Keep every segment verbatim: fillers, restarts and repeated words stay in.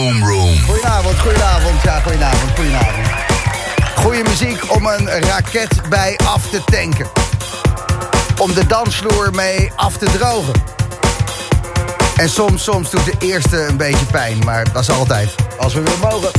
Boom Room. Goedenavond, goedenavond, ja, goedenavond, goedenavond. Goeie muziek om een raket bij af te tanken. Om de dansvloer mee af te drogen. En soms, soms doet de eerste een beetje pijn, maar dat is altijd. Als we weer mogen.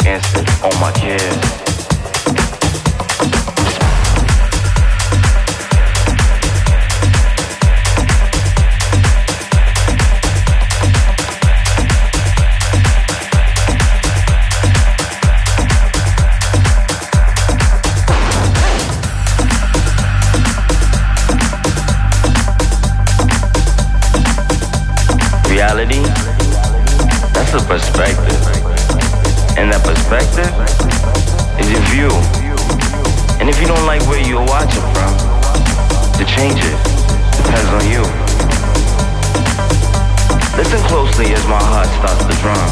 instant on my kids. Reality, that's a perspective. And that perspective is your view. And if you don't like where you're watching from, to change it depends on you. Listen closely as my heart starts to drum.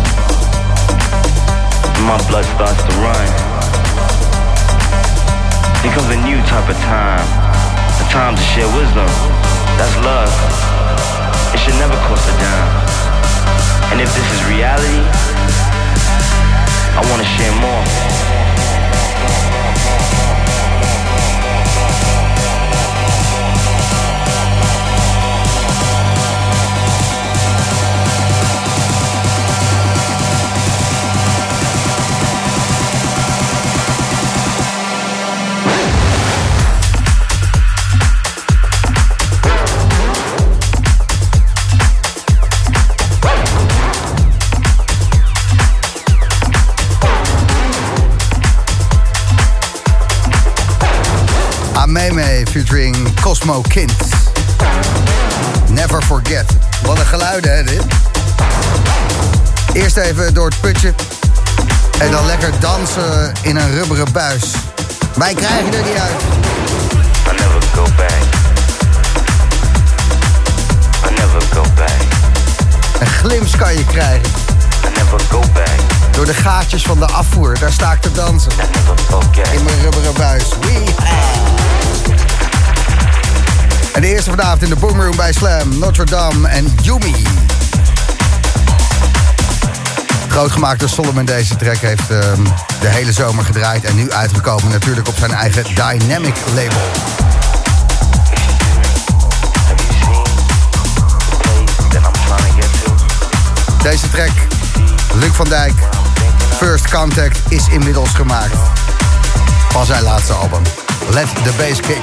And my blood starts to run. Here comes a new type of time. A time to share wisdom. That's love. It should never cost a dime. And if this is reality, I want to share more. Meme featuring Cosmo Kind. Never Forget. Wat een geluiden, hè, dit? Eerst even door het putje. En dan lekker dansen in een rubberen buis. Wij krijgen er niet uit. I never go back. I never go back. Een glimps kan je krijgen. I never go back. Door de gaatjes van de afvoer, daar sta ik te dansen. I never forget. In mijn rubberen buis. Wee. En de eerste vanavond in de Boomroom bij Slam, Notre Dame en Yumi. Grootgemaakt door Solomon, deze track heeft uh, de hele zomer gedraaid en nu uitgekomen natuurlijk op zijn eigen Dynamic label. Deze track, Luc van Dijk, First Contact, is inmiddels gemaakt van zijn laatste album. Let the Bass Kick.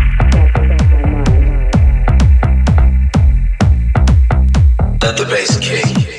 Let the bass kick.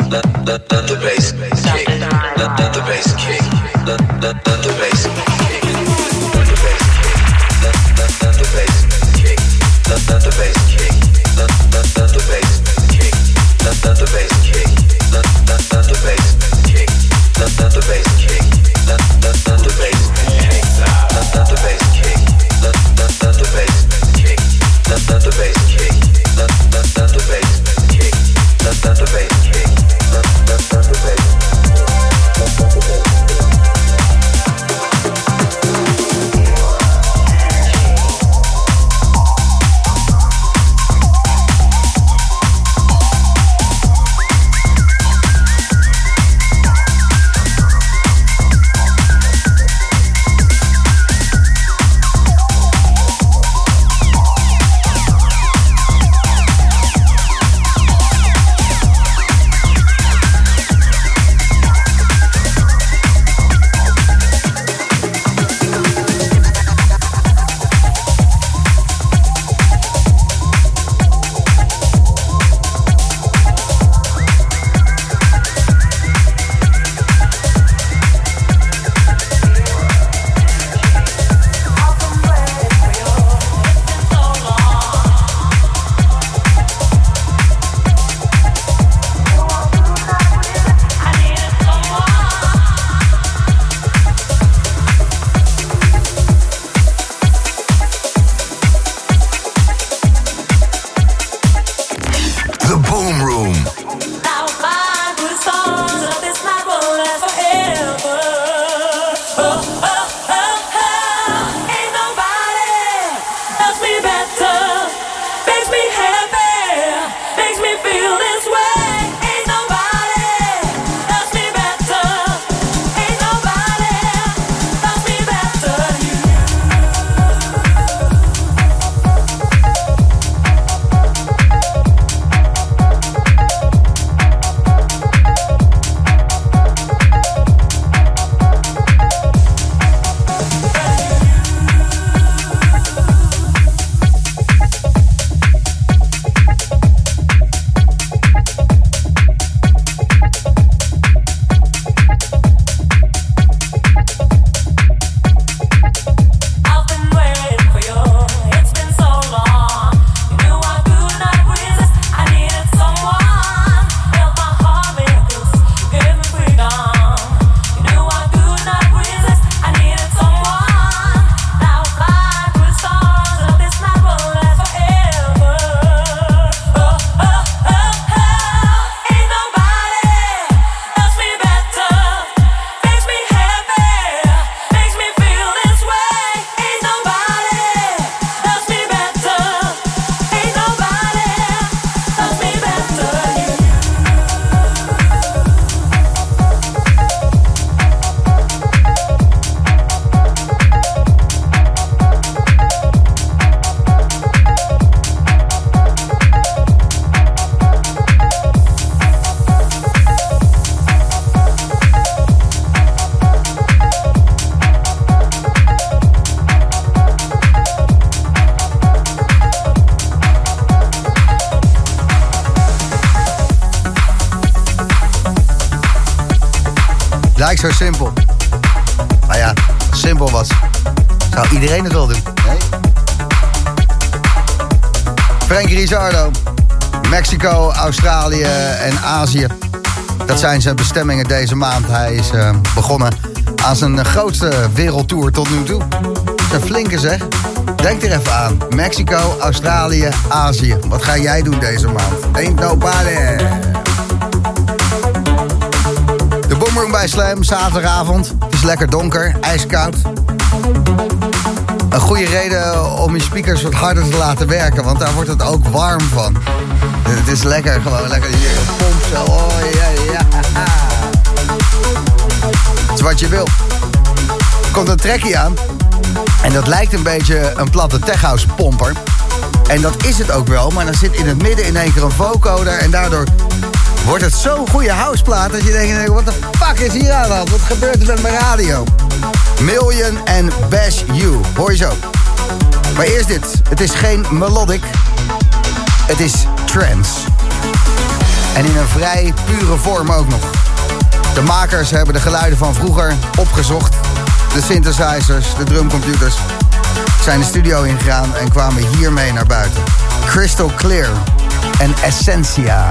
Lijkt zo simpel. Maar ja, als het simpel was, zou iedereen het wel doen. Nee? Frankie Rizardo. Mexico, Australië en Azië. Dat zijn zijn bestemmingen deze maand. Hij is uh, begonnen aan zijn grootste wereldtour tot nu toe. Dat is een flinke zeg. Denk er even aan. Mexico, Australië, Azië. Wat ga jij doen deze maand? Ain't nobody. De Boomroom bij Slam, zaterdagavond. Het is lekker donker, ijskoud. Een goede reden om je speakers wat harder te laten werken, want daar wordt het ook warm van. Het is lekker, gewoon lekker hier pomp zo. Oh ja, ja. Het is wat je wil. Er komt een trekkie aan. En dat lijkt een beetje een platte techhouse pomper. En dat is het ook wel, maar dan zit in het midden in één keer een vocoder. En daardoor wordt het zo'n goede houseplaat dat je denkt, wat de fuck is hier aan de hand? Wat gebeurt er met mijn radio? Million en Bash You. Hoor je zo. Maar eerst dit. Het is geen melodic. Het is trance. En in een vrij pure vorm ook nog. De makers hebben de geluiden van vroeger opgezocht. De synthesizers, de drumcomputers zijn de studio ingegaan en kwamen hiermee naar buiten. Crystal Clear en Essentia.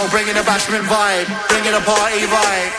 Yo, bringing a bashment vibe, bringing a party vibe.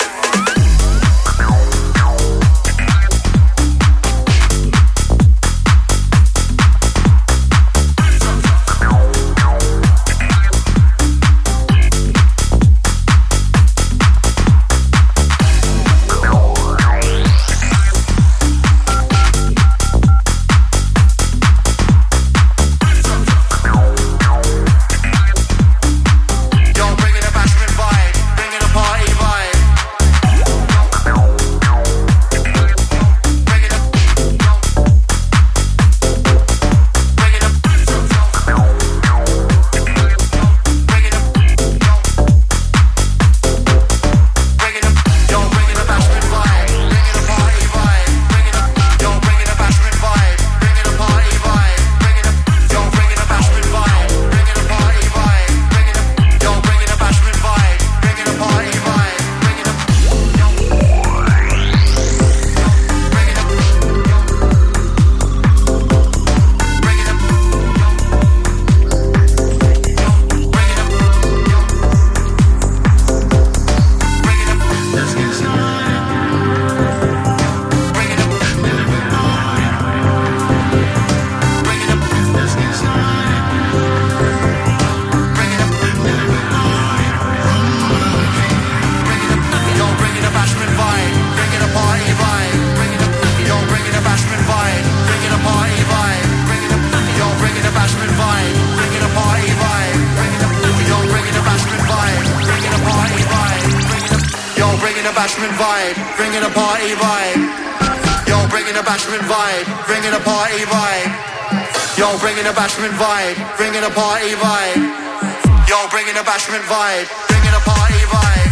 Bashment vibe, bringing a party vibe. Yo, bringing a bashment vibe, bringing a party vibe.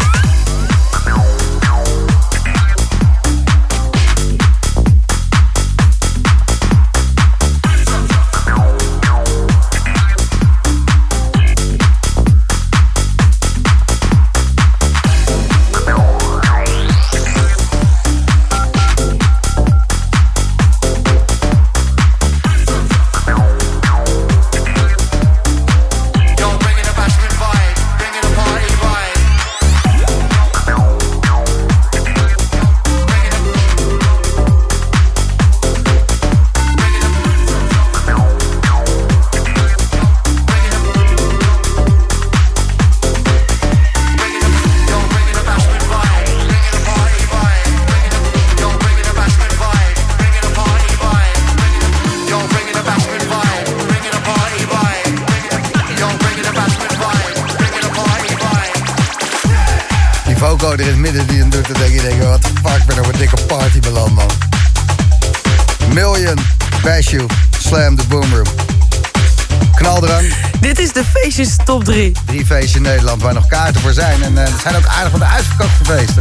Er in het midden die hem doet, dan denk je, denk, wat de fuck, ik ben op een dikke party beland, man. Million, Bash You, Slam the Boom Room. Knaldrang. Dit is de feestjes top drie. Drie feestjes in Nederland waar nog kaarten voor zijn. En uh, er zijn ook aardig van de uitverkochte feesten.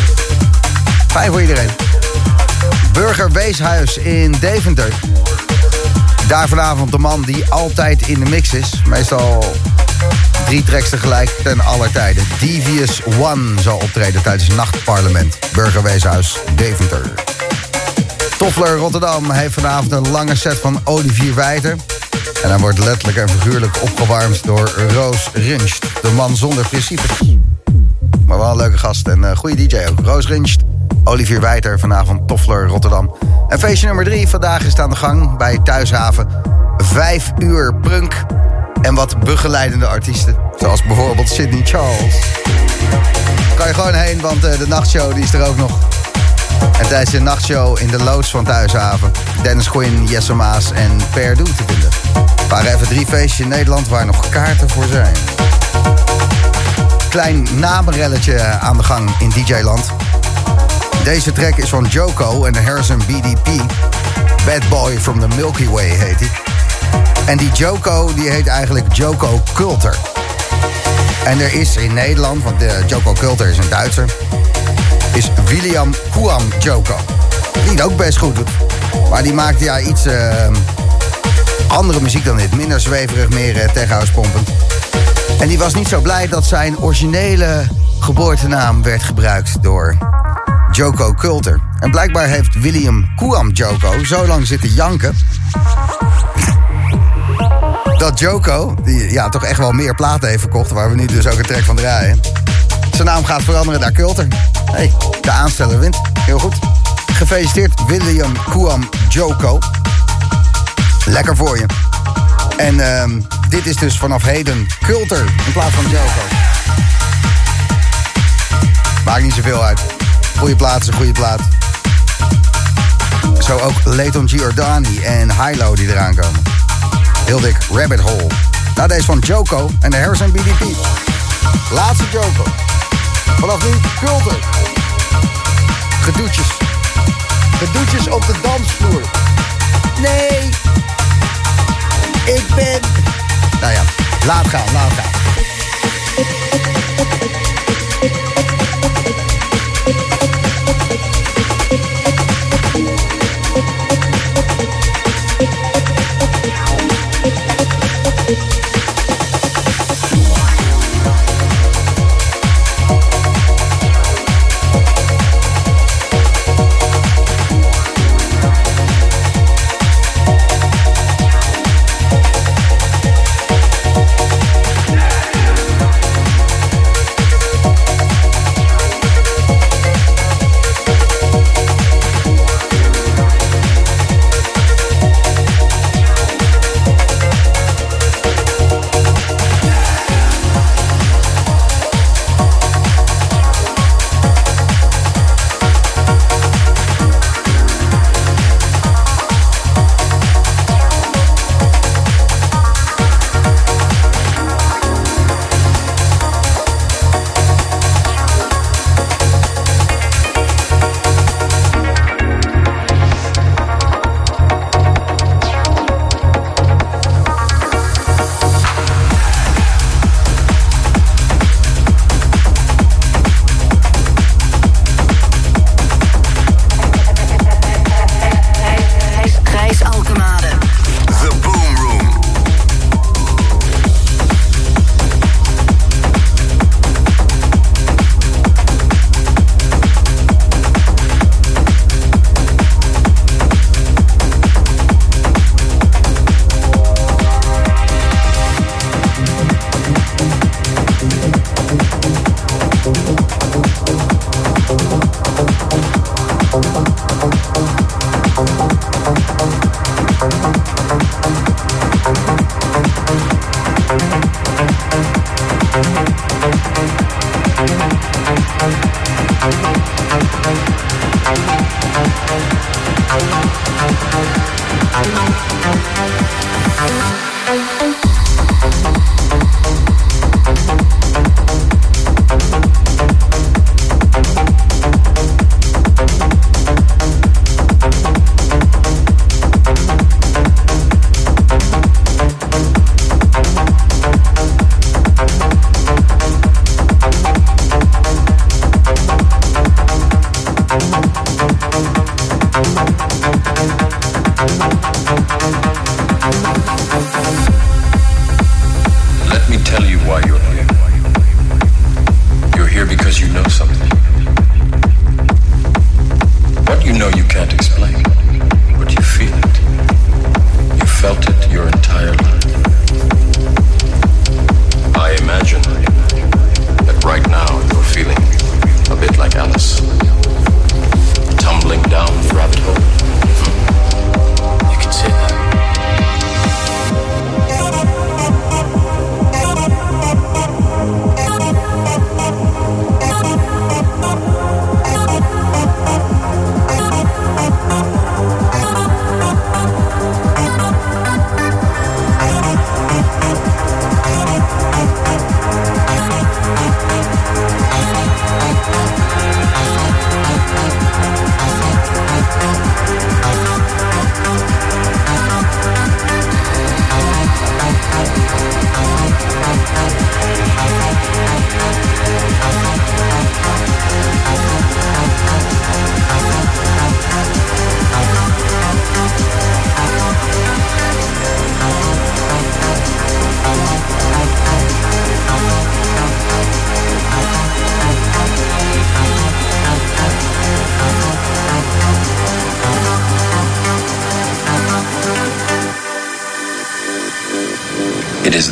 Fijn voor iedereen. Burger Weeshuis in Deventer. Daar vanavond de man die altijd in de mix is. Meestal drie tracks tegelijk ten aller tijden. Devious One zal optreden tijdens het Nachtparlement. Burger Weeshuis, Deventer. Toffler Rotterdam heeft vanavond een lange set van Olivier Wijter. En hij wordt letterlijk en figuurlijk opgewarmd door Roos Rinst. De man zonder principes. Maar wel een leuke gast en een goede D J ook. Roos Rinst, Olivier Wijter, vanavond Toffler Rotterdam. En feestje nummer drie vandaag is aan de gang bij Thuishaven. Vijf uur prunk en wat begeleidende artiesten. Zoals bijvoorbeeld Sydney Charles. Kan je gewoon heen, want de nachtshow die is er ook nog. En tijdens de nachtshow in de loods van Thuishaven Dennis Quinn, Jesse Maas en Per Doe te vinden. Er waren even drie feestjes in Nederland waar nog kaarten voor zijn. Klein namenrelletje aan de gang in D J-land. Deze track is van Joko en de Harrison B D P. Bad Boy from the Milky Way heet hij. En die Joko die heet eigenlijk Joko Kulter. En er is in Nederland, want de Joko Kulter is een Duitser, is William Kuam Joko. Die het ook best goed doet. Maar die maakt ja iets uh, andere muziek dan dit. Minder zweverig, meer uh, techhouse-pompend. En die was niet zo blij dat zijn originele geboortenaam werd gebruikt door Joko Kulter. En blijkbaar heeft William Kuam Joko zo lang zitten janken dat Joko, die ja, toch echt wel meer platen heeft verkocht... waar we nu dus ook een track van draaien... zijn naam gaat veranderen naar Kulter. Hey, de aansteller wint. Heel goed. Gefeliciteerd William Kuam Joko. Lekker voor je. En uh, dit is dus vanaf heden Kulter in plaats van Joko. Maakt niet zoveel uit. Goeie plaat is een goede plaat. Zo ook Leighton Giordani en Hilo die eraan komen. Heel dik Rabbit Hole. Nou, deze van Joko en de Harrison B D P. Laatste Joko. Vanaf nu Kulter. Gedoetjes. Gedoetjes op de dansvloer. Nee. Ik ben... Nou ja, laat gaan, laat gaan.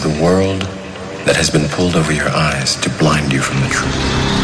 the world that has been pulled over your eyes to blind you from the truth.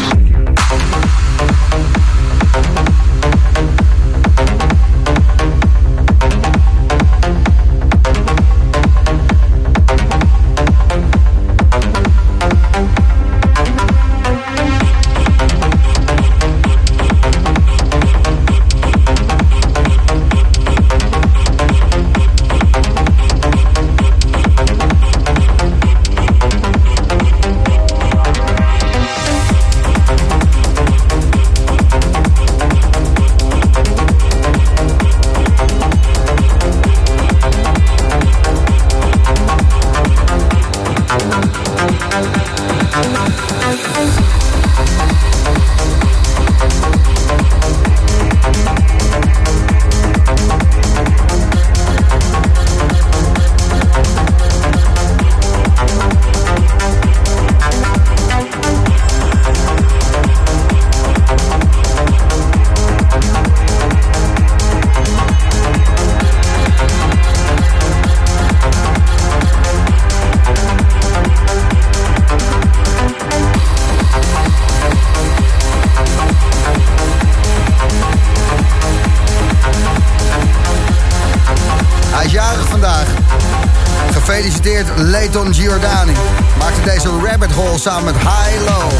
Leighton Giordani maakte deze Rabbit Hole samen met High Low.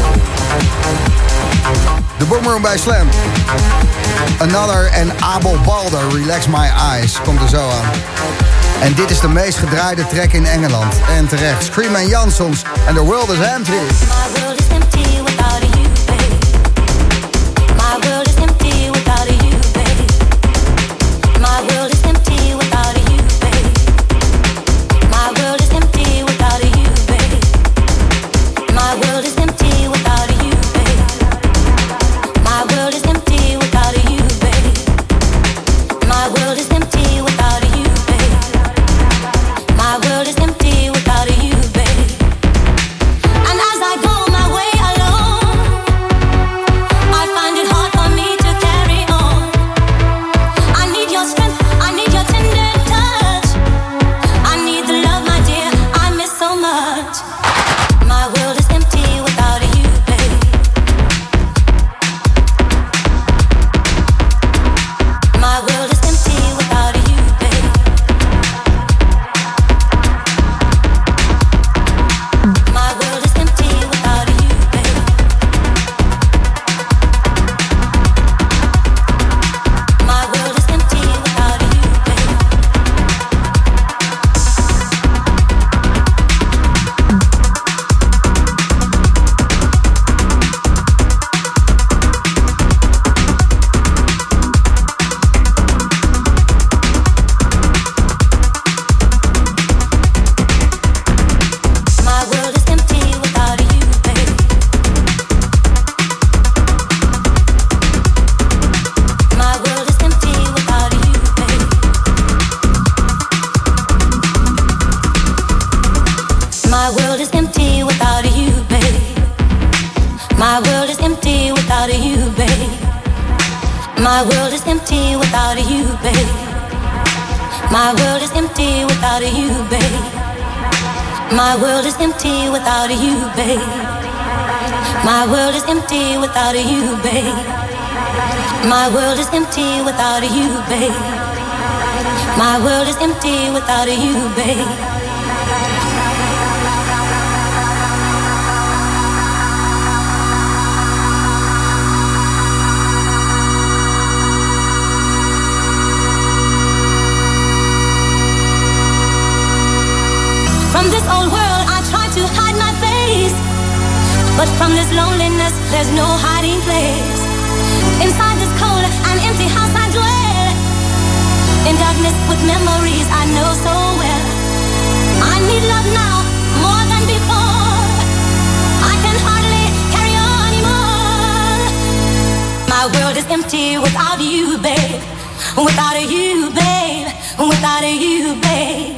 De Boomroom bij Slam. Another en Abel Balder, Relax My Eyes, komt er zo aan. En dit is de meest gedraaide track in Engeland. En terecht, Scream and Jansons en The World is Empty. My world is empty without you, babe. My world is empty without you, babe. My world is empty without you, babe. My world is empty without you, babe. My world is empty without you, babe. My world is empty without you, babe. My world is empty without you, babe. My world is empty without you, babe. And as I go my way alone, I find it hard for me to carry on. I need your strength, I need your tender touch. I need the love, my dear, I miss so much. My world is empty without you, babe. My world is empty without you, babe. My world is empty without you, babe. My world is empty without you, babe. My world is empty without you, babe. My world is empty without you, babe. My world is empty without you, babe. My world is empty without you, babe. My world is empty without you, babe. My world is empty without you, babe. My world is empty without you, babe. My world is empty without you, babe. My world is empty without you, babe. My world is empty without you, babe. From this old world I try to hide my face, but from this loneliness there's no hiding place. Inside this cold and empty house I dwell, in darkness with memories I know so well. I need love now more than before. I can hardly carry on anymore. My world is empty without you, babe. Without you, babe. Without you, babe.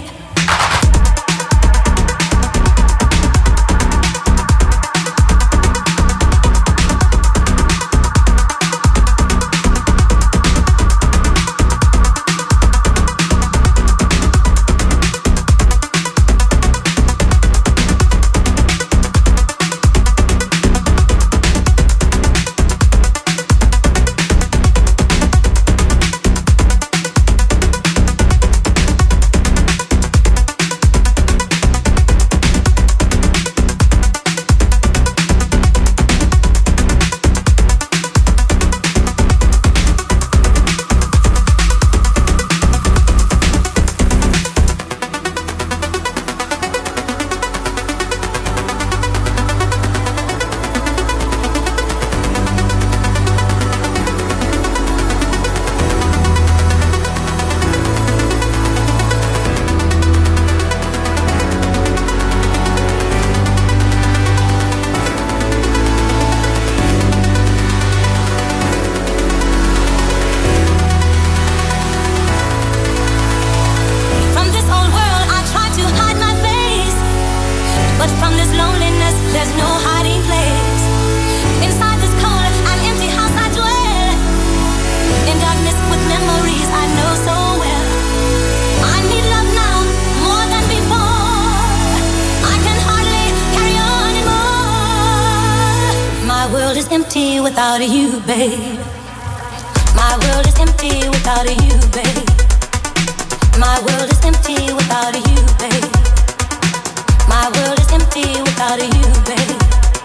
empty without you, babe. My world is empty without you, babe. My world is empty without you, babe. My world is empty without you, babe.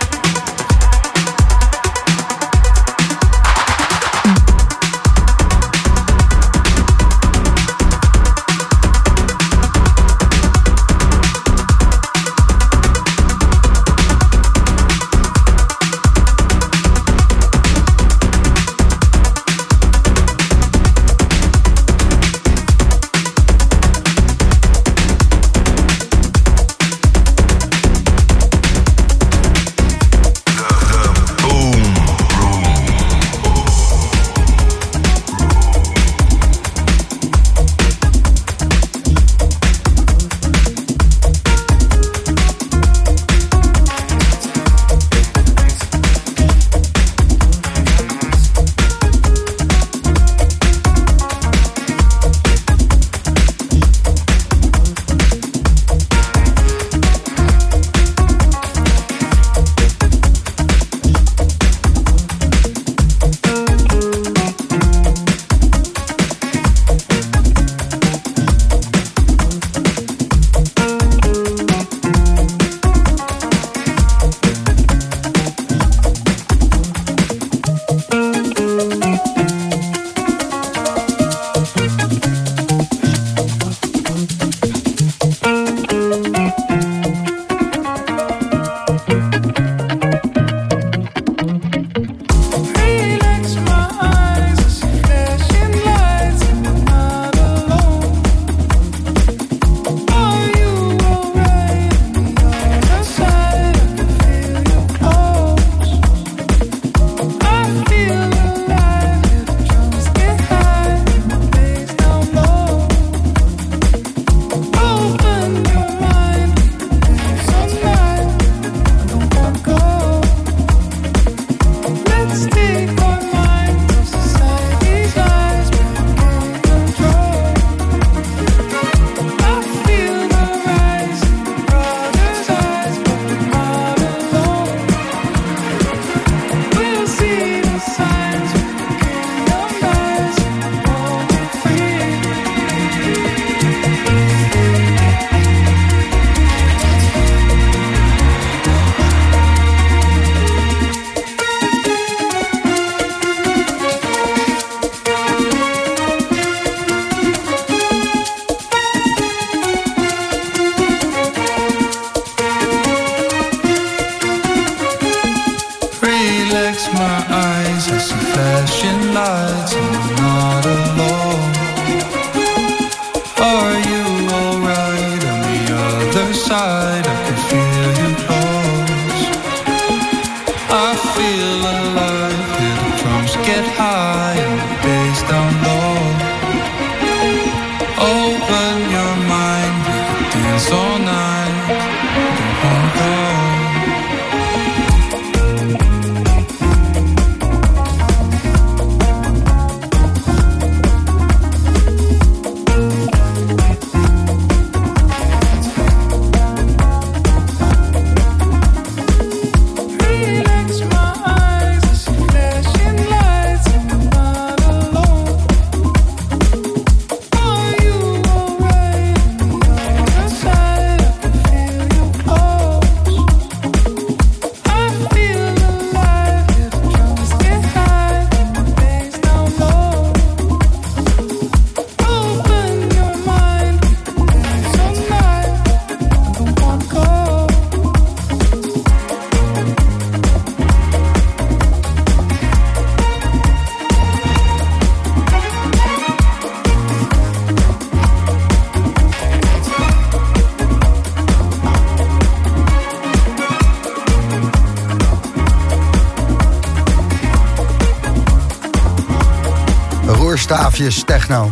Staafjes techno.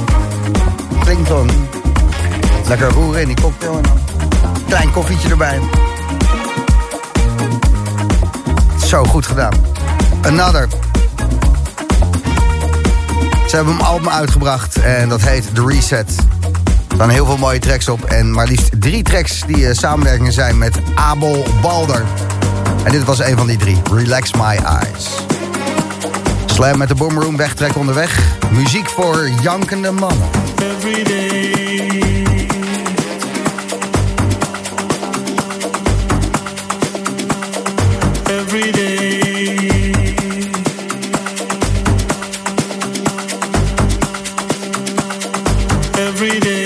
Klinkt dan. Lekker roeren in die cocktail en dan een klein koffietje erbij. Zo goed gedaan. Another. Ze hebben een album uitgebracht en dat heet The Reset. Er staan heel veel mooie tracks op en maar liefst drie tracks die uh, samenwerkingen zijn met Abel Balder. En dit was een van die drie. Relax My Eyes. Slam met de Boomroom, wegtrek onderweg. Muziek voor jankende mannen. Every day. Every day. Every day.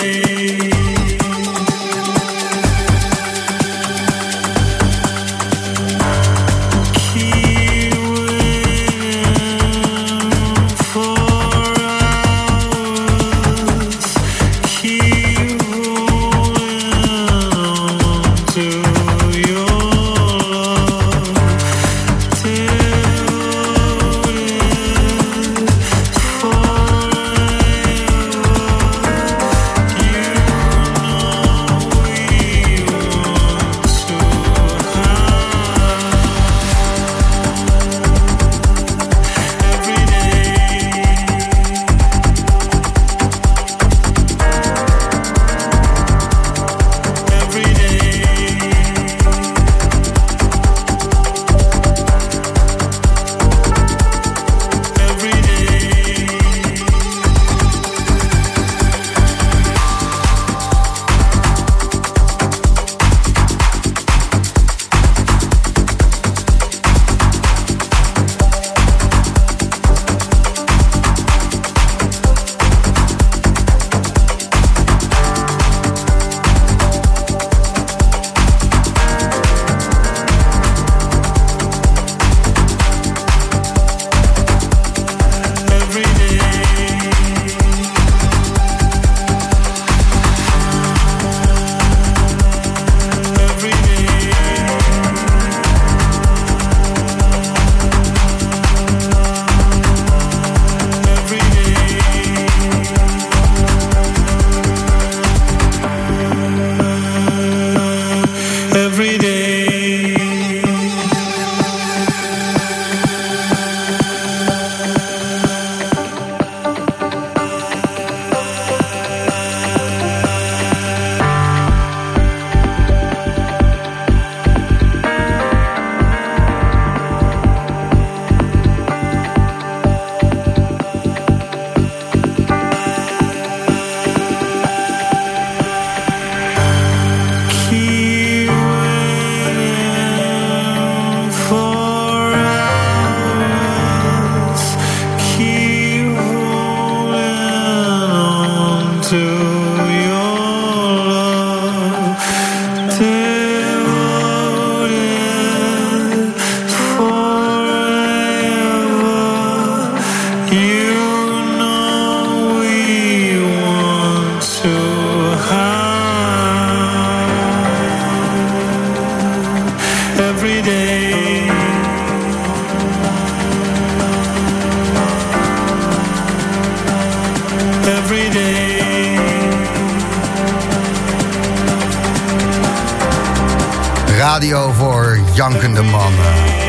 Radio voor jankende mannen.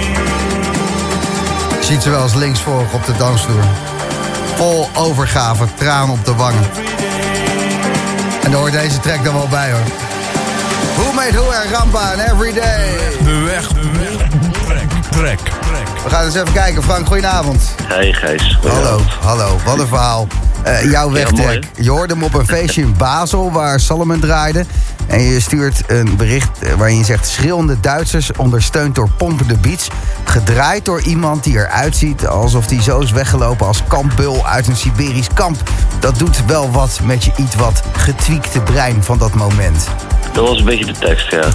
Je ziet ze wel eens linksvorig op de dansvloer. Vol overgave, traan op de wangen. En daar hoort deze track dan wel bij, hoor. Who Made Who en Rampa en Everyday. De weg, de weg, trek, trek, trek. We gaan eens even kijken. Frank, goedenavond. Hey Gijs. Hallo, hallo. Wat een verhaal. Uh, jouw wegtrek. Ja, je hoorde hem op een feestje in Basel waar Solomon draaide. En je stuurt een bericht waarin je zegt... schreeuwende Duitsers, ondersteund door pompende beats... gedraaid door iemand die eruit ziet alsof hij zo is weggelopen als kampbul uit een Siberisch kamp. Dat doet wel wat met je iets wat getwiekte brein van dat moment. Dat was een beetje de tekst, ja.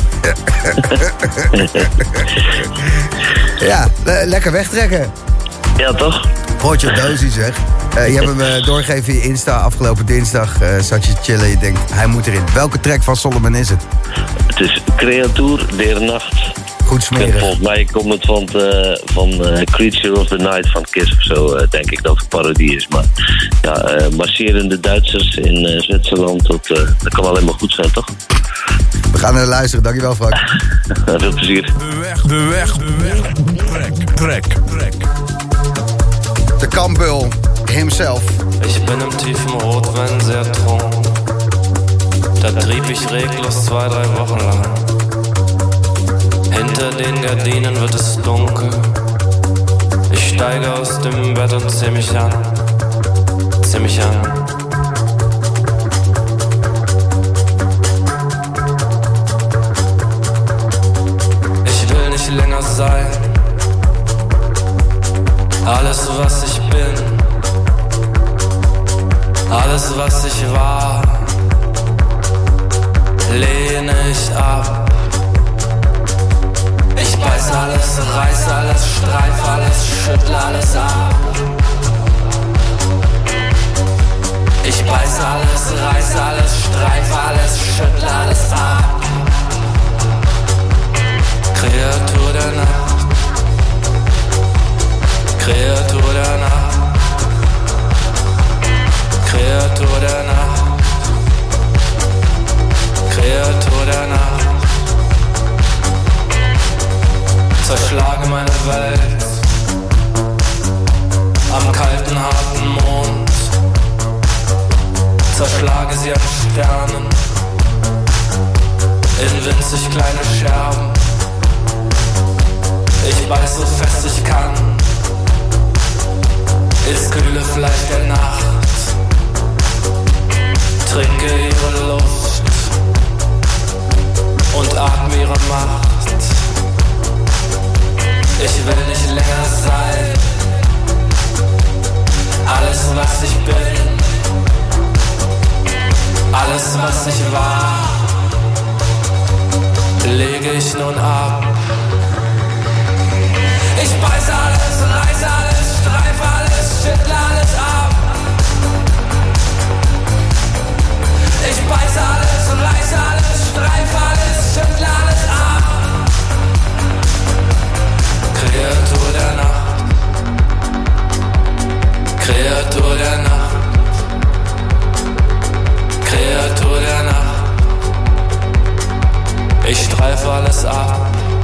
Ja, le- lekker wegtrekken. Ja, toch? Roger Dozy, zeg. Uh, je hebt hem uh, doorgegeven via Insta. Afgelopen dinsdag uh, zat je chillen. Je denkt, hij moet erin. Welke track van Solomon is het? Het is Creatuur der Nacht. Goed smerig. Volgens mij komt het van, uh, van uh, Creature of the Night van Kiss of zo. Uh, denk ik dat het een parodie is. Maar ja, uh, marcherende Duitsers in uh, Zwitserland. Dat, uh, dat kan alleen maar goed zijn, toch? We gaan naar luisteren. Dankjewel, Frank. Veel plezier. De weg, de weg, de weg. Trek, trek, trek. De kampbul himself. Ich bin im tiefen Rotwein sehr trunken. Da trieb ich reglos zwei, drei Wochen lang. Hinter den Gardinen wird es dunkel. Ich steige aus dem Bett und zieh mich an. Zieh mich an. Ich will nicht länger sein. Alles, was ich bin, alles, was ich war, lehne ich ab. Ich beiß alles, reiß alles, streif alles, schüttle alles ab. Ich beiß alles, reiß alles, streif alles, schüttle alles ab. Kreatur der Nacht, Kreatur der Nacht, Kreatur der Nacht, Kreatur der Nacht. Zerschlage meine Welt am kalten, harten Mond. Zerschlage sie an Sternen in winzig kleine Scherben. Ich beiß so fest ich kann ins kühle Fleisch der Nacht. Trinke ihre Luft und atme ihre Macht. Ich will nicht länger sein. Alles, was ich bin, alles, was ich war, lege ich nun ab. Ich beiß alles, reiß alles, streif alles, schüttle alles ab. Ich beiß alles, reiß alles, streif alles, schüttle alles ab. Kreatur der Nacht, Kreatur der Nacht, Kreatur der Nacht. Ich streife alles ab.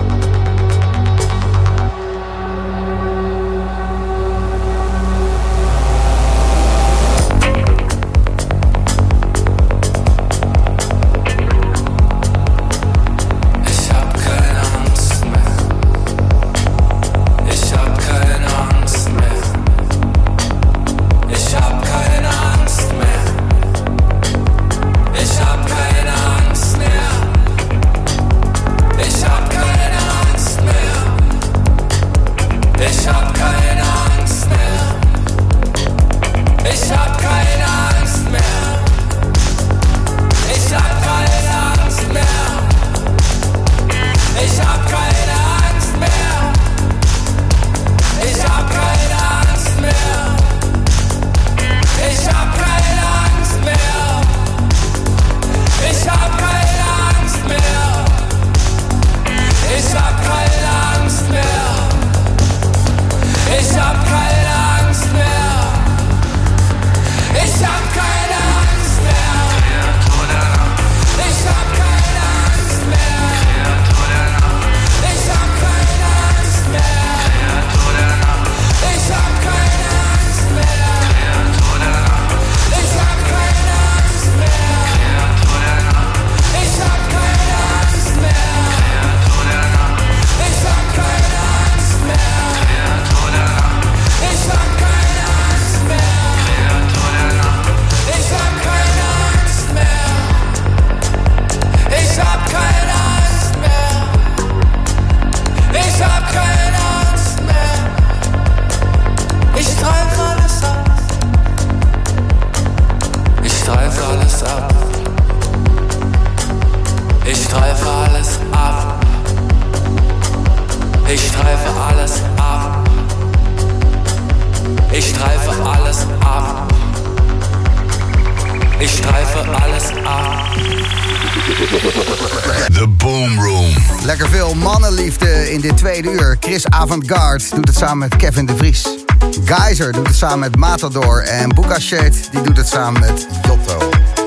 Chris Avantgarde doet het samen met Kevin de Vries. Geyser doet het samen met Matador. En Buka Shade die doet het samen met Jotto.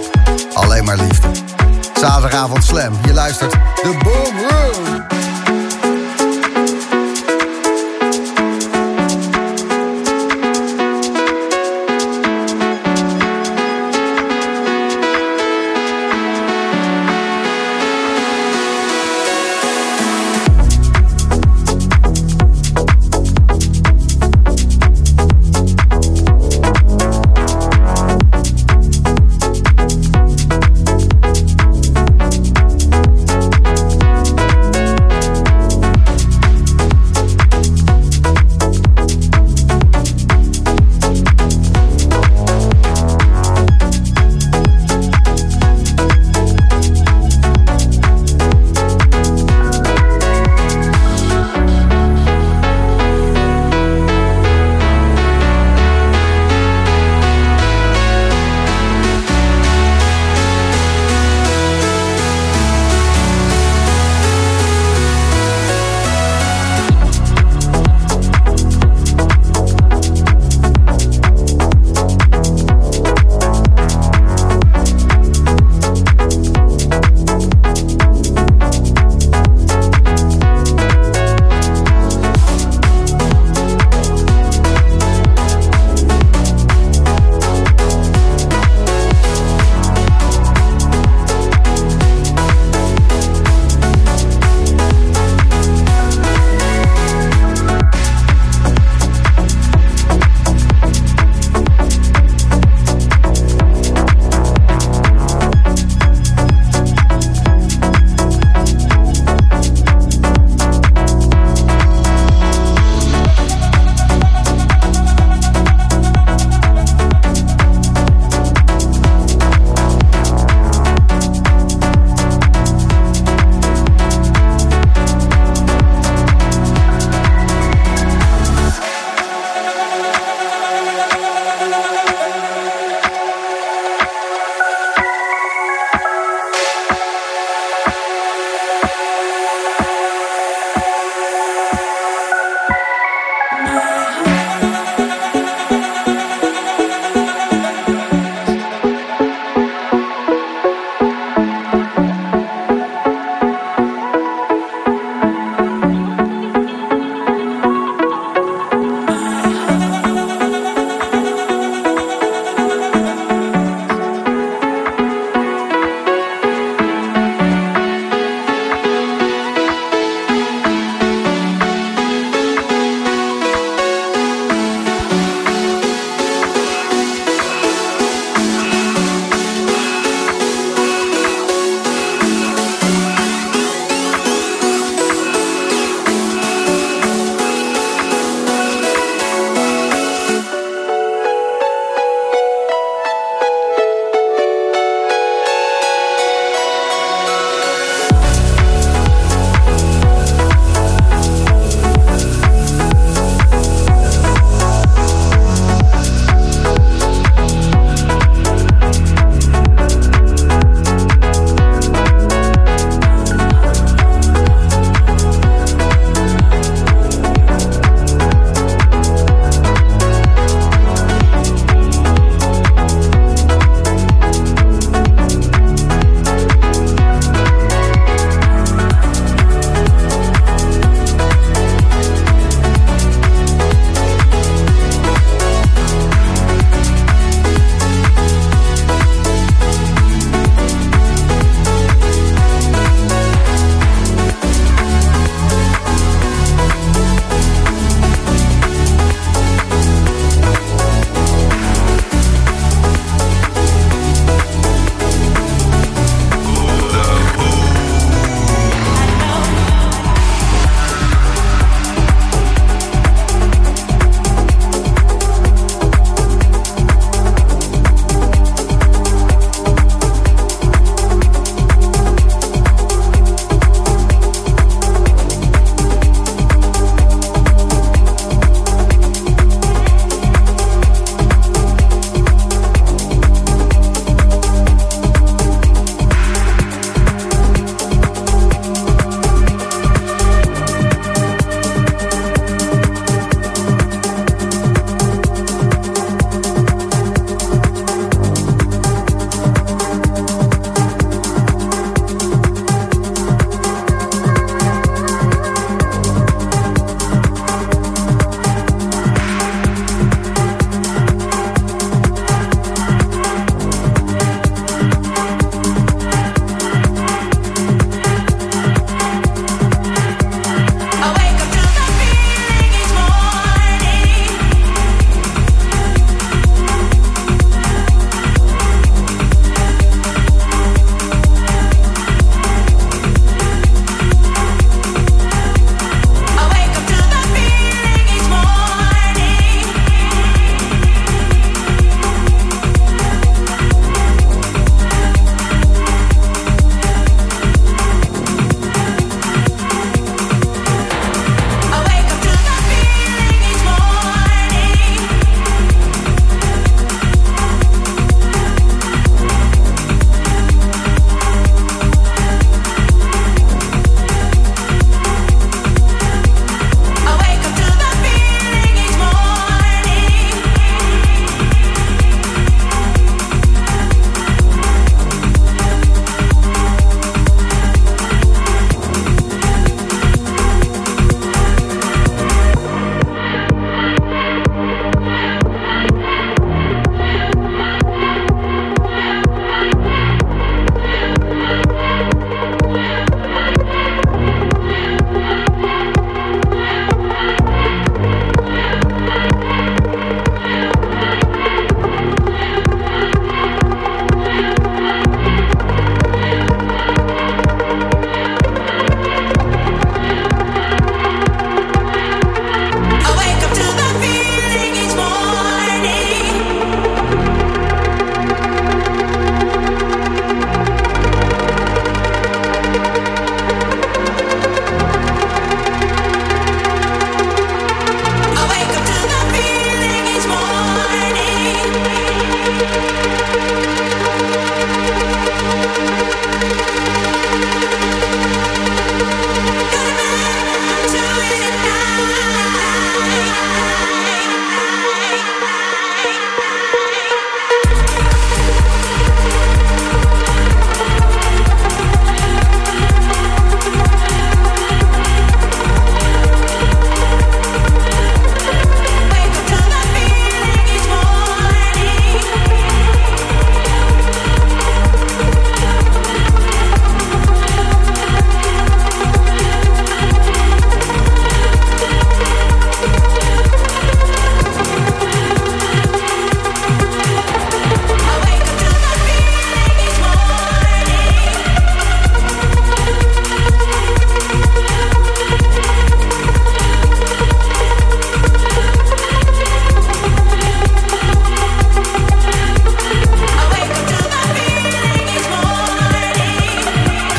Alleen maar liefde. Zaterdagavond Slam. Je luistert de Boom Room.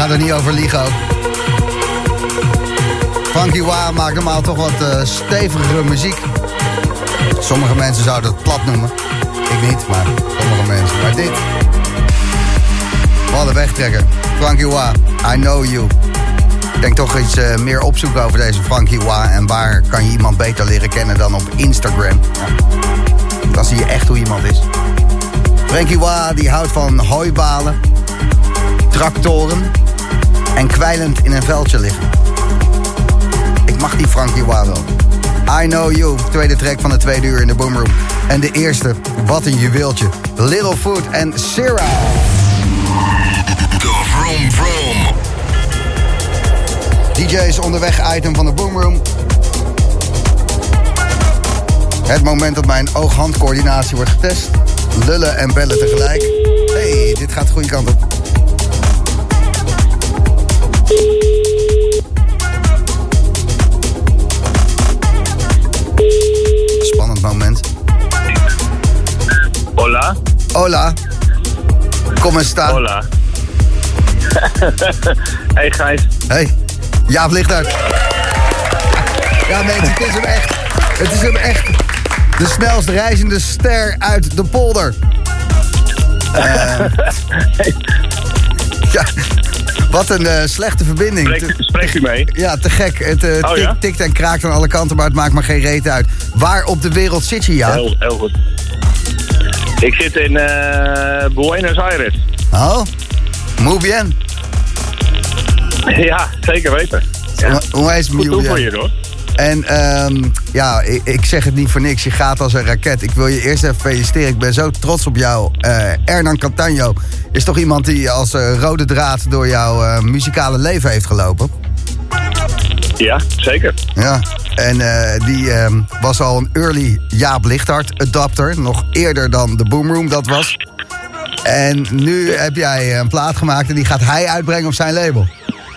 ga er niet over liegen ook. Frankie Wah maakt normaal toch wat uh, stevigere muziek. Sommige mensen zouden het plat noemen. Ik niet, maar sommige mensen. Maar dit... Wat een wegtrekker. Frankie Wah, I Know You. Ik denk toch iets uh, meer opzoeken over deze Frankie Wah. En waar kan je iemand beter leren kennen dan op Instagram. Ja. Dan zie je echt hoe iemand is. Frankie Wah die houdt van hooibalen, tractoren en kwijlend in een veldje liggen. Ik mag die Frankie Wah wel. I Know You, tweede track van de tweede uur in de Boomroom. En de eerste, wat een juweeltje. Littlefoot en Syrah. De Vroom Vroom. D J's onderweg item van de Boomroom. Het moment dat mijn oog-handcoördinatie wordt getest. Lullen en bellen tegelijk. Hey, dit gaat de goede kant op. Spannend moment. Hola. Hola. Kom eens staan. Hola. Hey Gijs. Hey, Jaap Lichthart. Ja mensen, het is hem echt. Het is hem echt. De snelst reizende ster uit de polder. Uh, ja, wat een uh, slechte verbinding. Spreekt, spreekt u mee? Ja, te gek. Het uh, oh, tik, ja? tikt en kraakt aan alle kanten, maar het maakt me geen reet uit. Waar op de wereld zit je, ja? Heel, heel goed. Ik zit in uh, Buenos Aires. Oh, muy bien. Ja, zeker weten. Ja. Hoe is het, goed doen voor je, hoor. En um, ja, ik, ik zeg het niet voor niks. Je gaat als een raket. Ik wil je eerst even feliciteren. Ik ben zo trots op jou. Uh, Hernan Cattaneo is toch iemand die als uh, rode draad door jouw uh, muzikale leven heeft gelopen? Ja, zeker. Ja, en uh, die uh, was al een early Jaap Lichthart adapter. Nog eerder dan de Boomroom dat was. En nu heb jij een plaat gemaakt en die gaat hij uitbrengen op zijn label.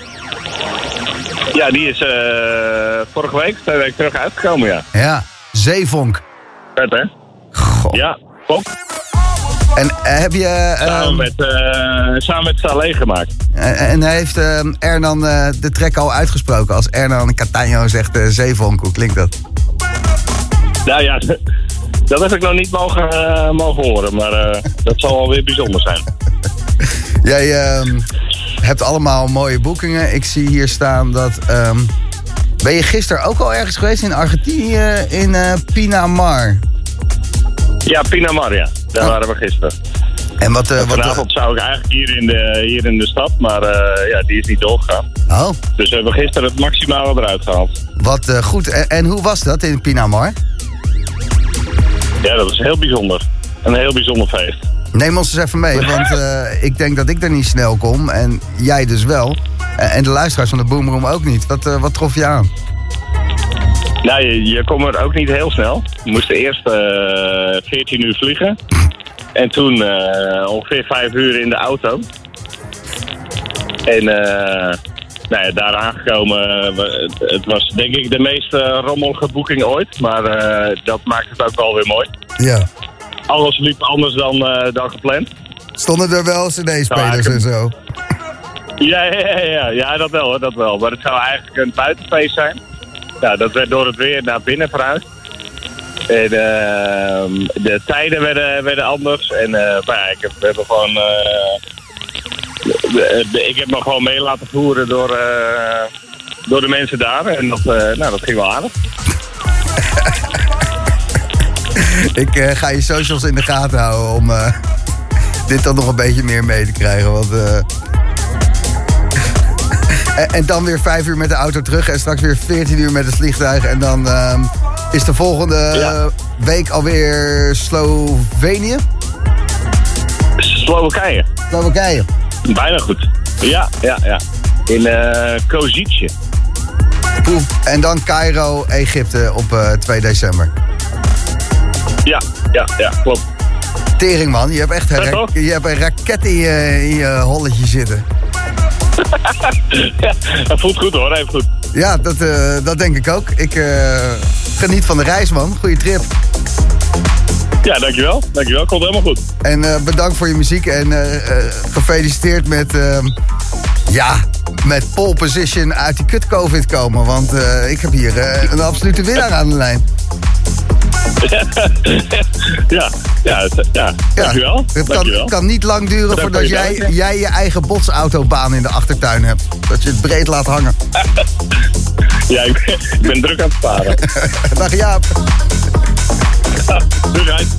Ja, die is uh, vorige week, twee weken terug uitgekomen, ja. Ja, Zeevonk. Vet, hè? God. Ja, klopt. En uh, heb je... Uh, samen met, uh, samen met Saleh gemaakt. En, en heeft uh, Hernan uh, de track al uitgesproken? Als Hernan Cattaneo zegt uh, Zeevonk, hoe klinkt dat? Nou ja, dat heb ik nog niet mogen, uh, mogen horen, maar uh, dat zal wel weer bijzonder zijn. Jij uh, hebt allemaal mooie boekingen. Ik zie hier staan dat... Um, ben je gisteren ook al ergens geweest in Argentinië, in uh, Pinamar? Ja, Pinamar, ja. Daar oh. waren we gisteren. En wat, uh, en vanavond wat, uh, zou ik eigenlijk hier in de, hier in de stad, maar uh, ja, die is niet doorgegaan. Oh. Dus we hebben gisteren het maximale eruit gehaald. Wat uh, goed. En, en hoe was dat in Pinamar? Ja, dat was heel bijzonder. Een heel bijzonder feest. Neem ons eens even mee, want uh, ik denk dat ik er niet snel kom. En jij dus wel. En de luisteraars van de Boomroom ook niet. Wat, uh, wat trof je aan? Nou, je, je komt er ook niet heel snel. We moesten eerst uh, veertien uur vliegen. En toen uh, ongeveer vijf uur in de auto. En uh, nou ja, daar aangekomen, uh, het was denk ik de meest uh, rommelige boeking ooit. Maar uh, dat maakt het ook wel weer mooi. Ja. Alles liep anders dan, uh, dan gepland. Stonden er wel C D-spelers en zo? Ja, ja, ja, ja, dat wel hoor, dat wel. Maar het zou eigenlijk een buitenfeest zijn. Nou, dat werd door het weer naar binnen verhuisd. En uh, de tijden werden, werden anders. En uh, nou ja, ik heb, we hebben gewoon... Uh, de, de, ik heb me gewoon mee laten voeren door, uh, door de mensen daar. En dat, uh, nou, dat ging wel aardig. Ik uh, ga je socials in de gaten houden om uh, dit dan nog een beetje meer mee te krijgen. Want, uh... en, en dan weer vijf uur met de auto terug en straks weer veertien uur met het vliegtuig. En dan uh, is de volgende ja. week alweer Slovenië? Slowakije. Slowakije. Bijna goed. Ja, ja, ja. In uh, Kozice. Poeh. En dan Cairo, Egypte op uh, twee december. Ja, ja, ja, klopt. Tering man, je hebt echt een, ra- je hebt een raket in je, in je holletje zitten. Ja, dat voelt goed hoor, even goed. Ja, dat, uh, dat denk ik ook. Ik uh, geniet van de reis man, goeie trip. Ja, dankjewel, dankjewel, komt helemaal goed. En uh, bedankt voor je muziek en uh, uh, gefeliciteerd met uh, Ja, met pole position uit die kut-covid komen. Want uh, ik heb hier uh, een absolute winnaar aan de lijn. ja, ja, ja, dankjewel. Het kan, kan niet lang duren Bedankt voordat jij, jij je eigen botsautobaan in de achtertuin hebt. Dat je het breed laat hangen. Ja, ik ben, ik ben druk aan het sparen. Dag Jaap. Ja, doei uit.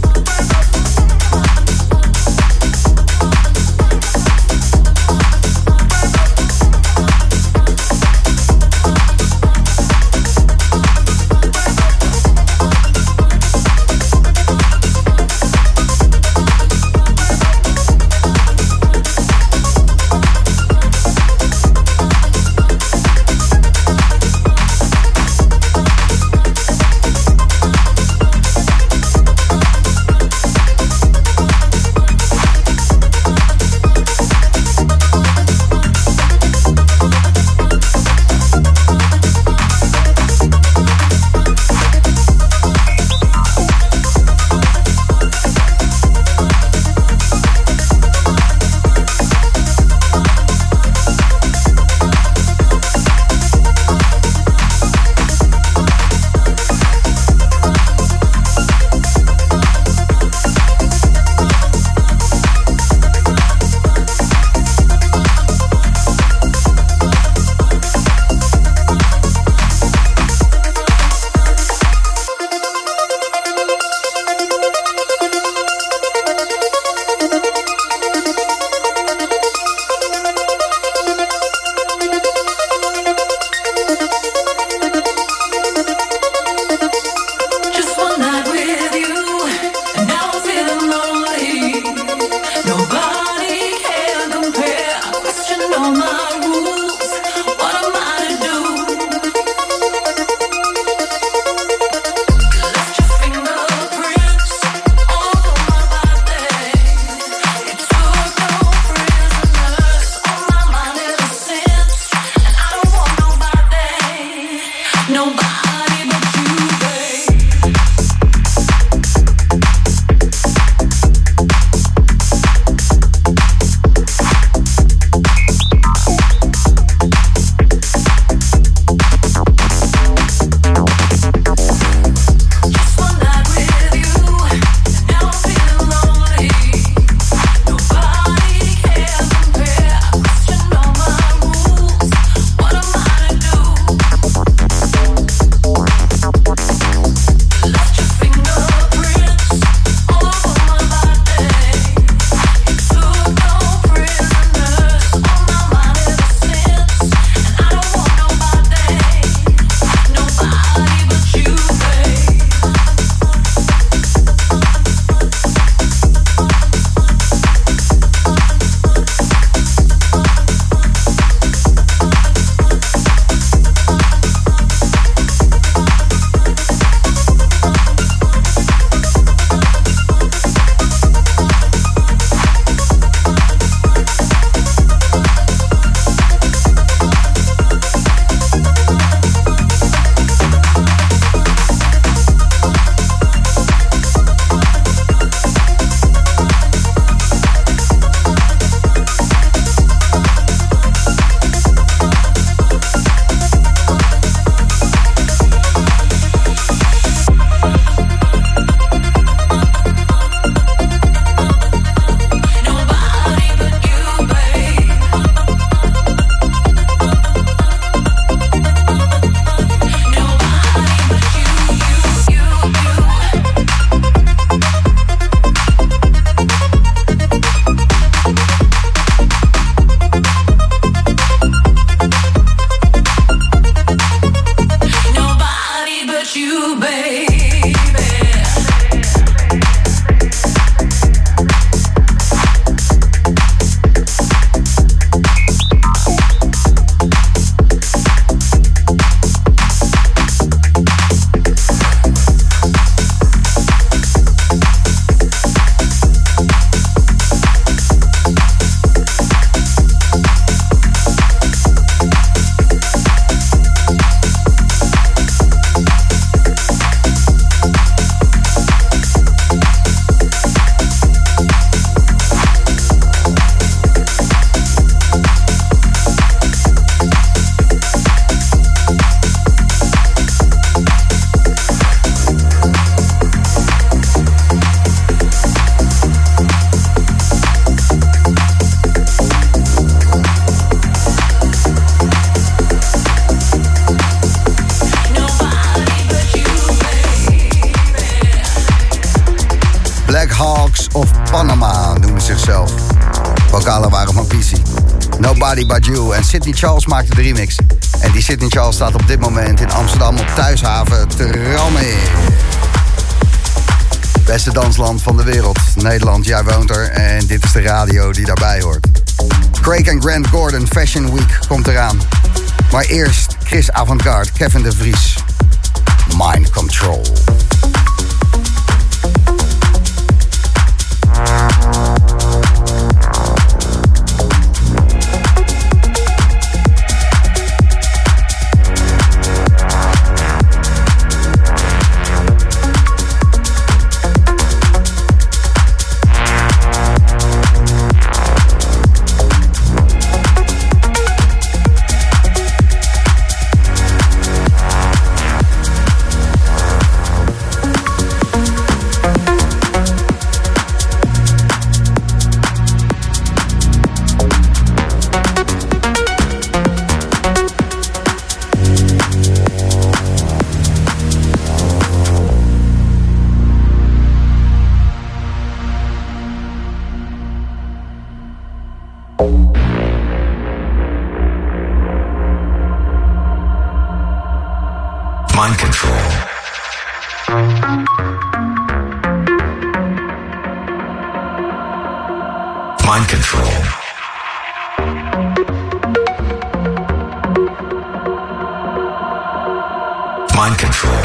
Dogs of Panama noemen zichzelf. Vocalen waren van P C. Nobody But You. En Sydney Charles maakte de remix. En die Sydney Charles staat op dit moment in Amsterdam op Thuishaven te rammen. Beste dansland van de wereld. Nederland, jij woont er. En dit is de radio die daarbij hoort. Craig en Grant Gordon Fashion Week komt eraan. Maar eerst Chris Avantgarde, Kevin de Vries. Mind Control. Mind control. Mind control. Mind control.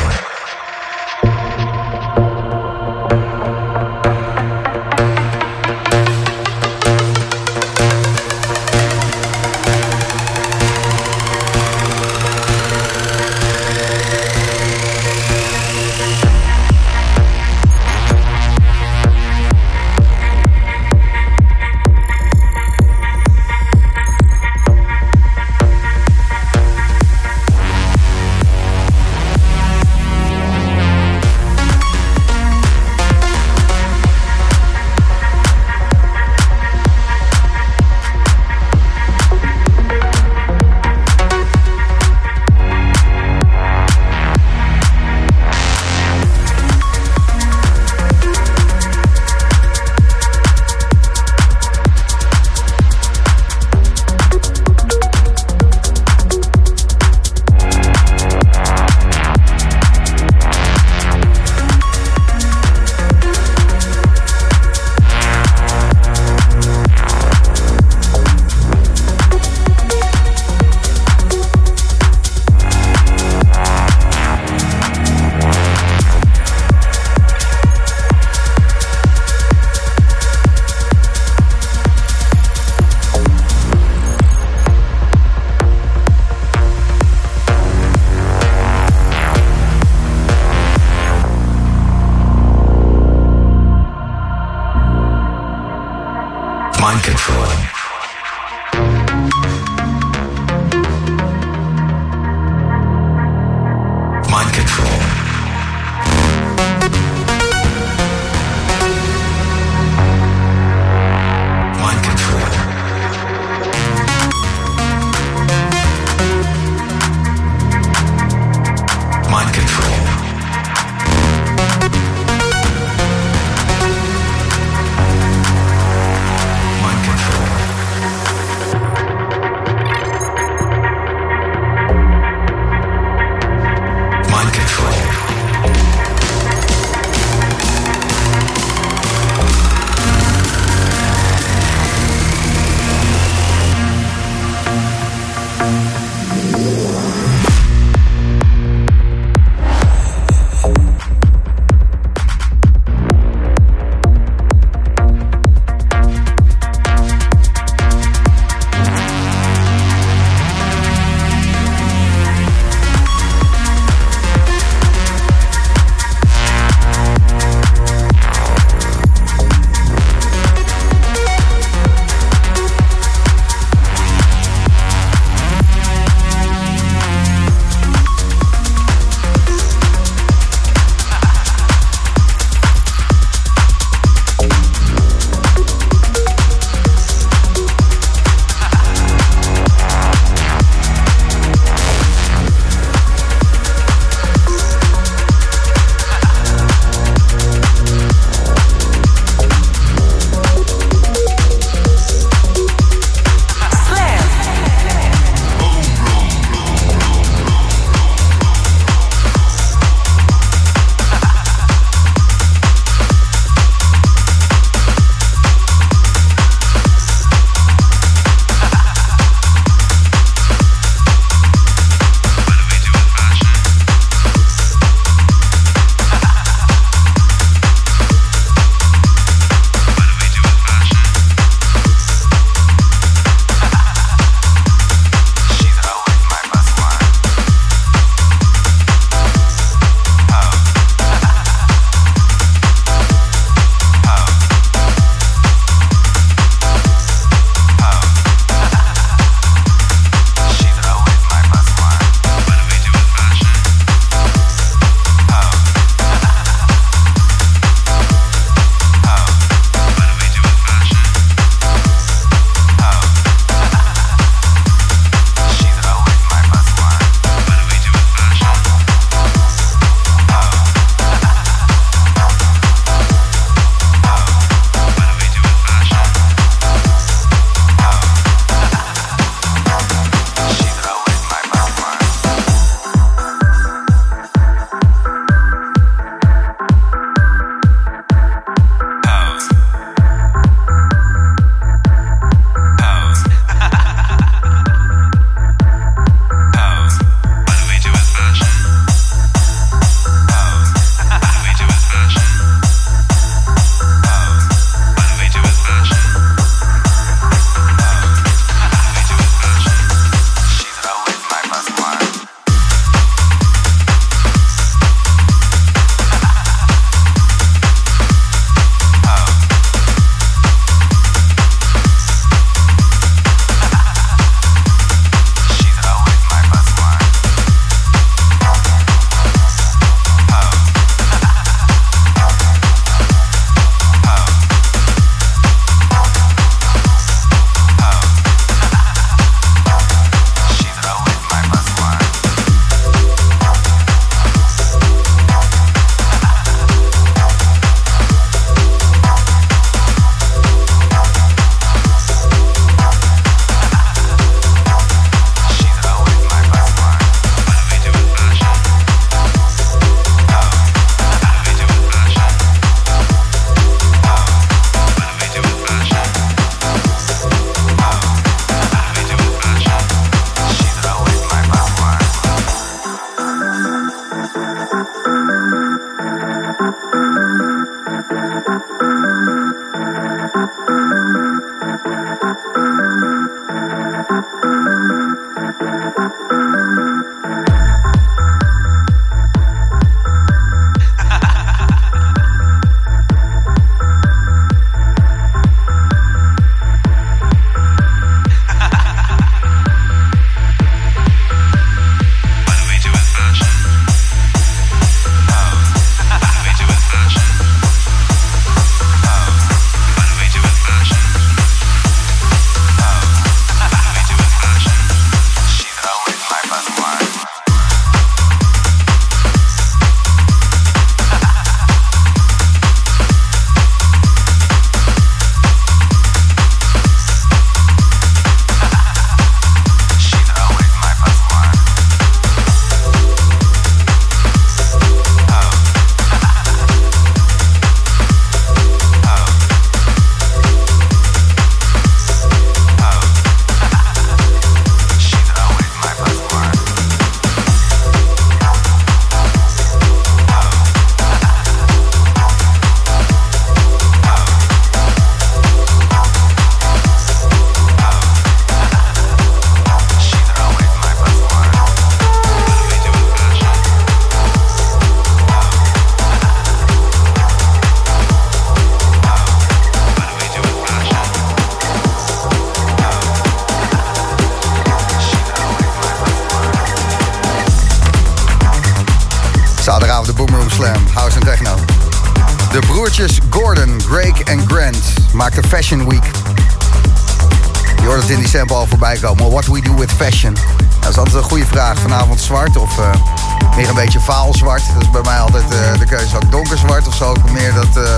vanavond. De Boomroom Slam, House en Techno. De broertjes Gordon, Greg en Grant maakten Fashion Week. Je hoort het in die sample al voorbij komen. What we do with fashion. Dat is altijd een goede vraag. Vanavond zwart of uh, meer een beetje vaal zwart. Dat is bij mij altijd uh, de keuze. Ook donkerzwart of zo. Ook meer dat... Uh...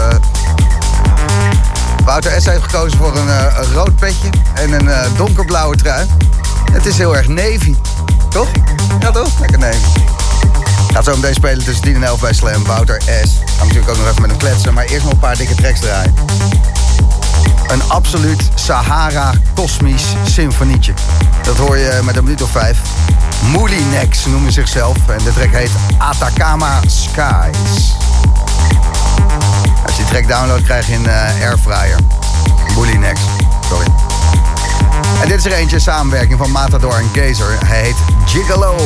Wouter S. heeft gekozen voor een, uh, een rood petje en een uh, donkerblauwe trui. Het is heel erg navy. Toch? Ja toch? Lekker navy. Gaat zo meteen spelen tussen tien en elf bij Slam. Wouter S. Gaan natuurlijk ook nog even met hem kletsen. Maar eerst nog een paar dikke tracks draaien. Een absoluut Sahara-kosmisch symfonietje. Dat hoor je met een minuut of vijf. Moulinex noemen zichzelf. En de track heet Atacama Skies. Als je die track downloadt krijg je een uh, airfryer. Moulinex. Sorry. En dit is er eentje, samenwerking van Matador en Gazer. Hij heet Gigolo.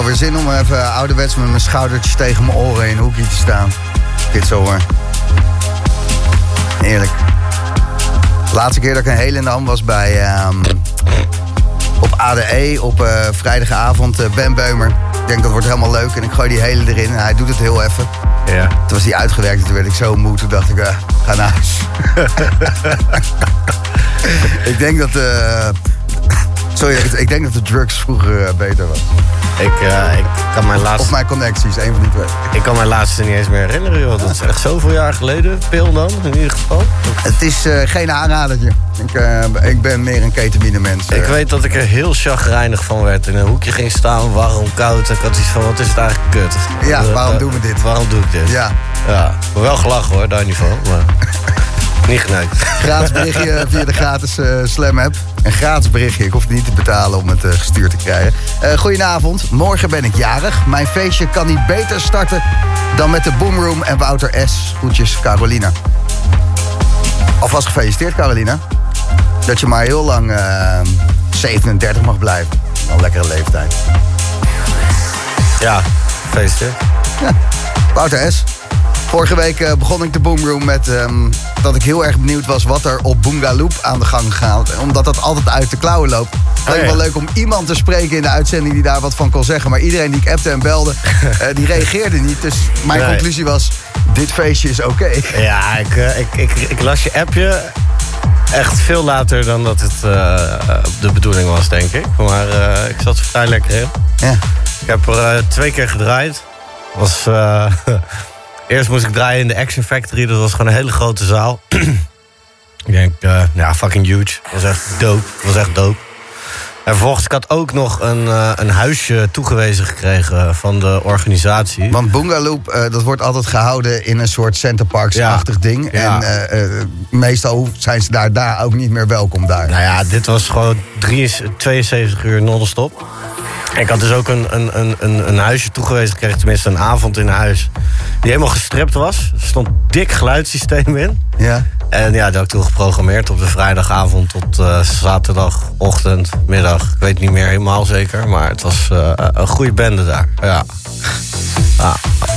weer zin om even ouderwets met mijn schoudertjes tegen mijn oren in een hoekje te staan. Dit zo hoor. Heerlijk. De laatste keer dat ik een hele in de hand was bij... Um, op A D E op uh, vrijdagavond uh, Ben Beumer. Ik denk dat wordt helemaal leuk en ik gooi die hele erin. En hij doet het heel even. Ja. Toen was hij uitgewerkt en toen werd ik zo moe. Toen dacht ik, uh, ga naar huis. ik denk dat... Uh, sorry, ik denk dat de drugs vroeger uh, beter was. Ik, uh, ik kan mijn laatste... Of mijn connecties, één van die twee. Ik kan mijn laatste niet eens meer herinneren, joh. Dat is echt zoveel jaar geleden. Pil dan, in ieder geval. Het is uh, geen aanradertje. Ik, uh, ik ben meer een ketamine mens. Ik weet dat ik er heel chagrijnig van werd. In een hoekje ging staan, warm, koud. Ik had iets van, wat is het eigenlijk kut? Ja, uh, waarom uh, doen we dit? Waarom doe ik dit? Ja. Ja, maar wel gelachen hoor, daar niet van. Maar... Niet geneukt. Gratis berichtje via de gratis uh, Slam app. Een gratis berichtje, ik hoef het niet te betalen om het uh, gestuurd te krijgen. Uh, goedenavond, morgen ben ik jarig. Mijn feestje kan niet beter starten dan met de Boomroom en Wouter S. Groetjes, Carolina. Alvast gefeliciteerd, Carolina. Dat je maar heel lang uh, zevenendertig mag blijven. Wel een lekkere leeftijd. Ja, gefeliciteerd. Ja, Wouter S. Vorige week uh, begon ik de Boomroom met um, dat ik heel erg benieuwd was wat er op Boongaloop aan de gang gaat. Omdat dat altijd uit de klauwen loopt. Het leek oh, ja. wel leuk om iemand te spreken in de uitzending die daar wat van kon zeggen. Maar iedereen die ik appte en belde, uh, die reageerde niet. Dus mijn nee. conclusie was, dit feestje is oké. Okay. Ja, ik, uh, ik, ik, ik las je appje echt veel later dan dat het uh, de bedoeling was, denk ik. Maar uh, ik zat er vrij lekker in. Ja. Ik heb er uh, twee keer gedraaid. Was... Uh, Eerst moest ik draaien in de Action Factory. Dat was gewoon een hele grote zaal. Ik denk, uh, ja, fucking huge. Dat was echt dope. Dat was echt dope. En vervolgens, ik had ook nog een, uh, een huisje toegewezen gekregen van de organisatie. Want Boongaloop, uh, dat wordt altijd gehouden in een soort Centerparks-achtig ja. ding. Ja. En uh, uh, meestal zijn ze daar, daar ook niet meer welkom daar. Nou ja, dit was gewoon tweeënzeventig uur non-stop. Ik had dus ook een, een, een, een huisje toegewezen gekregen, tenminste een avond in een huis, die helemaal gestript was. Er stond dik geluidssysteem in. Ja. En ja, dat had ik toen geprogrammeerd op de vrijdagavond tot uh, zaterdagochtend, middag. Ik weet niet meer helemaal zeker, maar het was uh, een goede bende daar. Ja. Ah.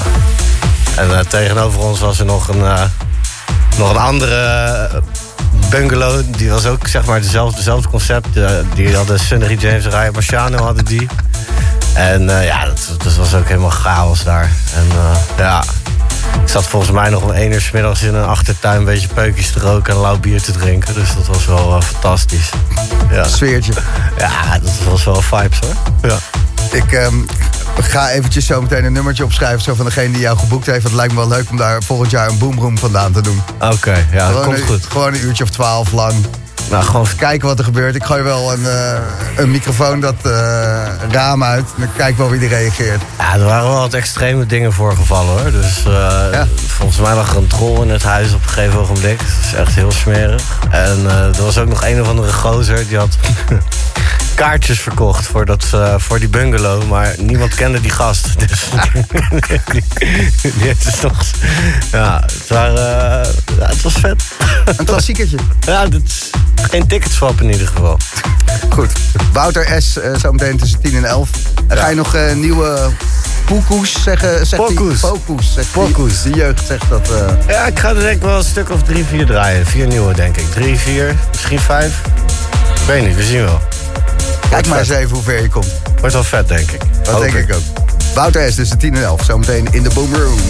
En uh, tegenover ons was er nog een, uh, nog een andere... Uh, bungalow, die was ook zeg maar dezelfde, dezelfde concept. Uh, die hadden Sunny James en Ryan Marciano hadden die. En uh, ja, dat, dat was ook helemaal chaos daar. En uh, ja, ik zat volgens mij nog om één uur 's middags in een achtertuin een beetje peukjes te roken en lauw bier te drinken. Dus dat was wel uh, fantastisch. Ja. Sfeertje. Ja, dat was wel vibes hoor. Ja. Ik um, ga eventjes zo meteen een nummertje opschrijven, zo van degene die jou geboekt heeft. Het lijkt me wel leuk om daar volgend jaar een Boomroom vandaan te doen. Oké, okay, ja, dat gewoon komt een, goed. Gewoon een uurtje of twaalf lang. Nou, gewoon kijken wat er gebeurt. Ik gooi wel een, uh, een microfoon dat uh, raam uit. En dan kijk wel wie er reageert. Ja, er waren wel wat extreme dingen voorgevallen hoor. Dus uh, ja. volgens mij lag er een troll in het huis op een gegeven ogenblik. Dat is echt heel smerig. En uh, er was ook nog een of andere gozer die had kaartjes verkocht voor, dat, uh, voor die bungalow. Maar niemand kende die gast. Dus die, die heeft dus nog... Ja, het, waren, uh, ja, het was vet. Een klassiekertje. Ja, dit is geen tickets swap in ieder geval. Goed. Wouter S. Uh, zometeen tussen tien en elf. Ja. Ga je nog uh, nieuwe pokoes zeggen? Pokoes. Pokoes. Pokoes. De jeugd zegt dat. Uh... Ja, ik ga er denk ik wel een stuk of drie, vier draaien. Vier nieuwe, denk ik. Drie, vier, misschien vijf. Ik weet niet, we zien wel. Kijk maar eens even hoe ver je komt. Wordt wel vet, denk ik. Dat Hoop denk ik. ik ook. Wouter S. tussen tien en elf. Zometeen in de Boomroom.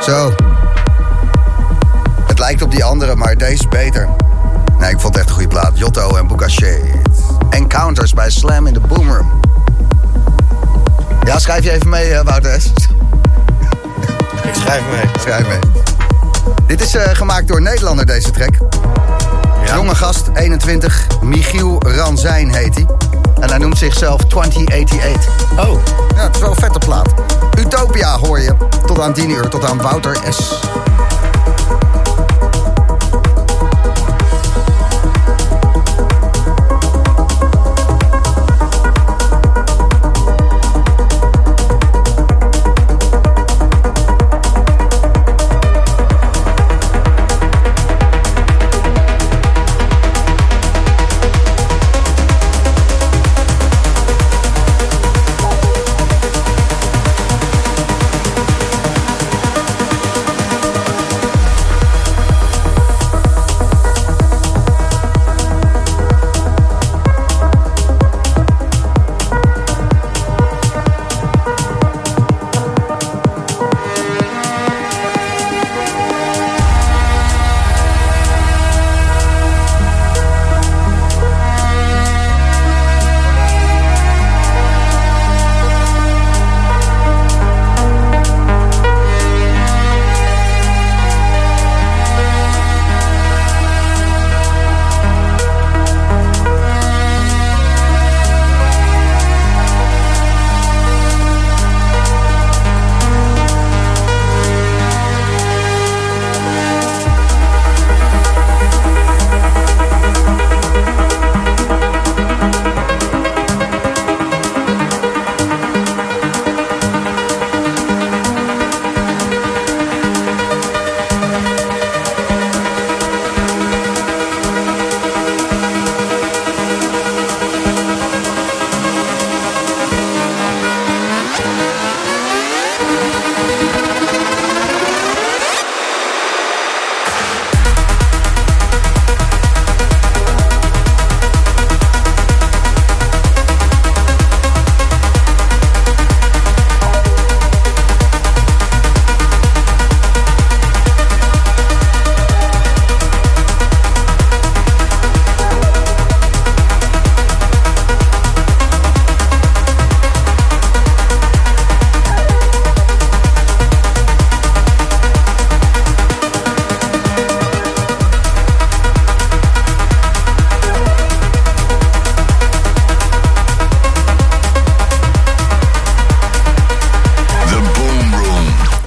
Zo. Het lijkt op die andere, maar deze is beter. Nee, ik vond het echt een goede plaat. Jotto en Buka Shade. Encounters bij Slam in the Boomroom. Ja, schrijf je even mee, uh, Wouter S. Ik schrijf mee. Schrijf mee. Dit is uh, gemaakt door een Nederlander, deze track. Ja. Jonge gast, eenentwintig. Michiel Ranzijn heet hij. En hij noemt zichzelf twintig eenennegentig. Oh. Ja, het is wel een vette plaat. Utopia hoor je. Tot aan tien uur, tot aan Wouter S.